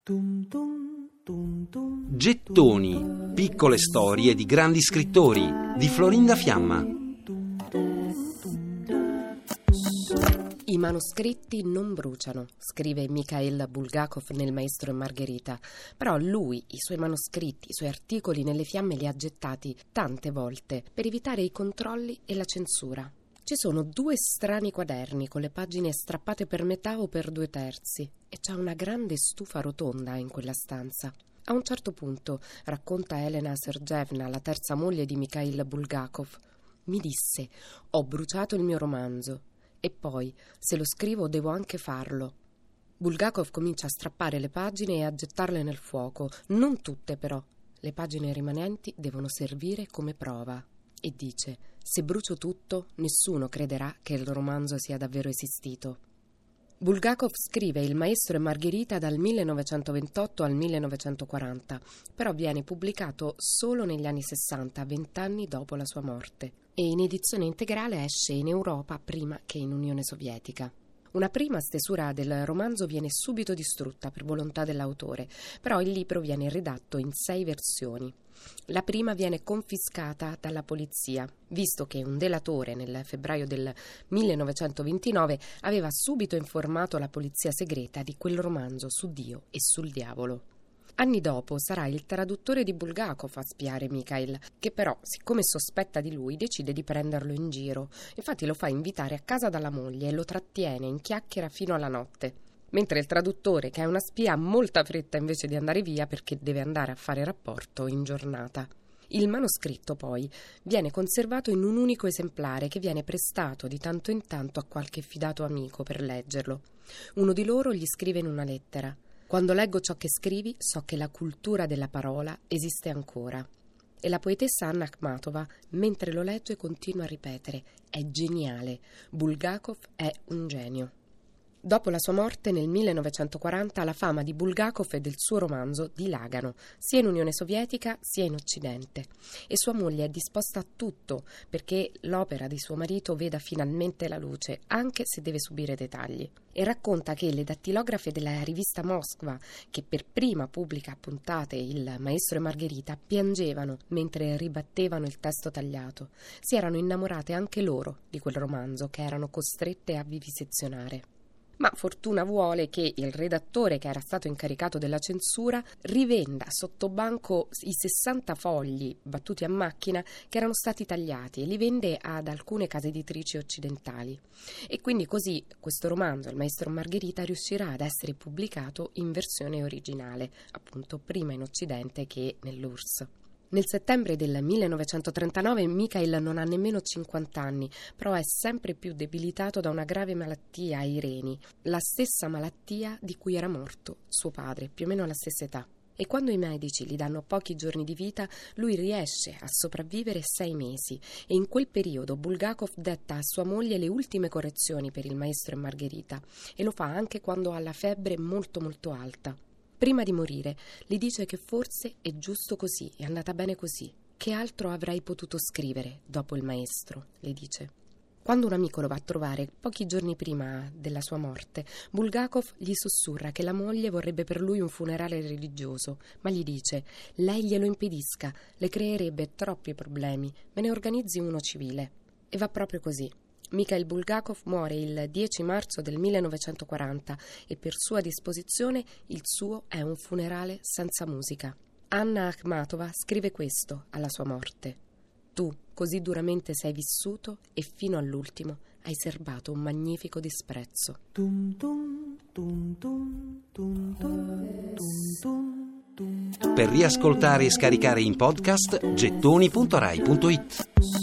Gettoni, piccole storie di grandi scrittori di Florinda Fiamma. I manoscritti non bruciano, scrive Mikhail Bulgakov nel Maestro e Margherita, però lui i suoi manoscritti, i suoi articoli nelle fiamme li ha gettati tante volte per evitare i controlli e la censura. Ci sono 2 strani quaderni con le pagine strappate per metà o per 2/3 e c'è una grande stufa rotonda in quella stanza. A un certo punto, racconta Elena Sergeyevna, la terza moglie di Mikhail Bulgakov, mi disse: ho bruciato il mio romanzo e poi, se lo scrivo, devo anche farlo. Bulgakov comincia a strappare le pagine e a gettarle nel fuoco, non tutte però. Le pagine rimanenti devono servire come prova. E dice: se brucio tutto, nessuno crederà che il romanzo sia davvero esistito. Bulgakov scrive Il Maestro e Margherita dal 1928 al 1940, però viene pubblicato solo negli anni 60, 20 anni dopo la sua morte, e in edizione integrale esce in Europa prima che in Unione Sovietica. Una prima stesura del romanzo viene subito distrutta per volontà dell'autore, però il libro viene redatto in 6 versioni. La prima viene confiscata dalla polizia, visto che un delatore nel febbraio del 1929 aveva subito informato la polizia segreta di quel romanzo su Dio e sul diavolo. Anni dopo sarà il traduttore di Bulgakov a spiare Mikhail, che però, siccome sospetta di lui, decide di prenderlo in giro. Infatti lo fa invitare a casa dalla moglie e lo trattiene in chiacchiera fino alla notte. Mentre il traduttore, che è una spia, ha molta fretta invece di andare via perché deve andare a fare rapporto in giornata. Il manoscritto poi viene conservato in un unico esemplare che viene prestato di tanto in tanto a qualche fidato amico per leggerlo. Uno di loro gli scrive in una lettera: quando leggo ciò che scrivi so che la cultura della parola esiste ancora. E la poetessa Anna Akhmatova, mentre lo legge, continua a ripetere: è geniale, Bulgakov è un genio. Dopo la sua morte nel 1940 la fama di Bulgakov e del suo romanzo dilagano, sia in Unione Sovietica sia in Occidente, e sua moglie è disposta a tutto perché l'opera di suo marito veda finalmente la luce, anche se deve subire dei tagli. E racconta che le dattilografe della rivista Moskva, che per prima pubblica a puntate Il Maestro e Margherita, piangevano mentre ribattevano il testo tagliato. Si erano innamorate anche loro di quel romanzo che erano costrette a vivisezionare. Ma fortuna vuole che il redattore, che era stato incaricato della censura, rivenda sotto banco i 60 fogli battuti a macchina che erano stati tagliati e li vende ad alcune case editrici occidentali. E quindi così questo romanzo, Il Maestro e Margherita, riuscirà ad essere pubblicato in versione originale, appunto prima in Occidente che nell'URSS. Nel settembre del 1939 Mikhail non ha nemmeno 50 anni, però è sempre più debilitato da una grave malattia ai reni, la stessa malattia di cui era morto suo padre, più o meno alla stessa età. E quando i medici gli danno pochi giorni di vita, lui riesce a sopravvivere 6 mesi, e in quel periodo Bulgakov detta a sua moglie le ultime correzioni per Il Maestro e Margherita, e lo fa anche quando ha la febbre molto molto alta. Prima di morire, le dice che forse è giusto così, è andata bene così. Che altro avrei potuto scrivere dopo il maestro, le dice. Quando un amico lo va a trovare, pochi giorni prima della sua morte, Bulgakov gli sussurra che la moglie vorrebbe per lui un funerale religioso, ma gli dice: lei glielo impedisca, le creerebbe troppi problemi, me ne organizzi uno civile. E va proprio così. Mikhail Bulgakov muore il 10 marzo del 1940 e per sua disposizione il suo è un funerale senza musica. Anna Akhmatova scrive questo alla sua morte: tu così duramente sei vissuto e fino all'ultimo hai serbato un magnifico disprezzo. Per riascoltare e scaricare in podcast gettoni.rai.it.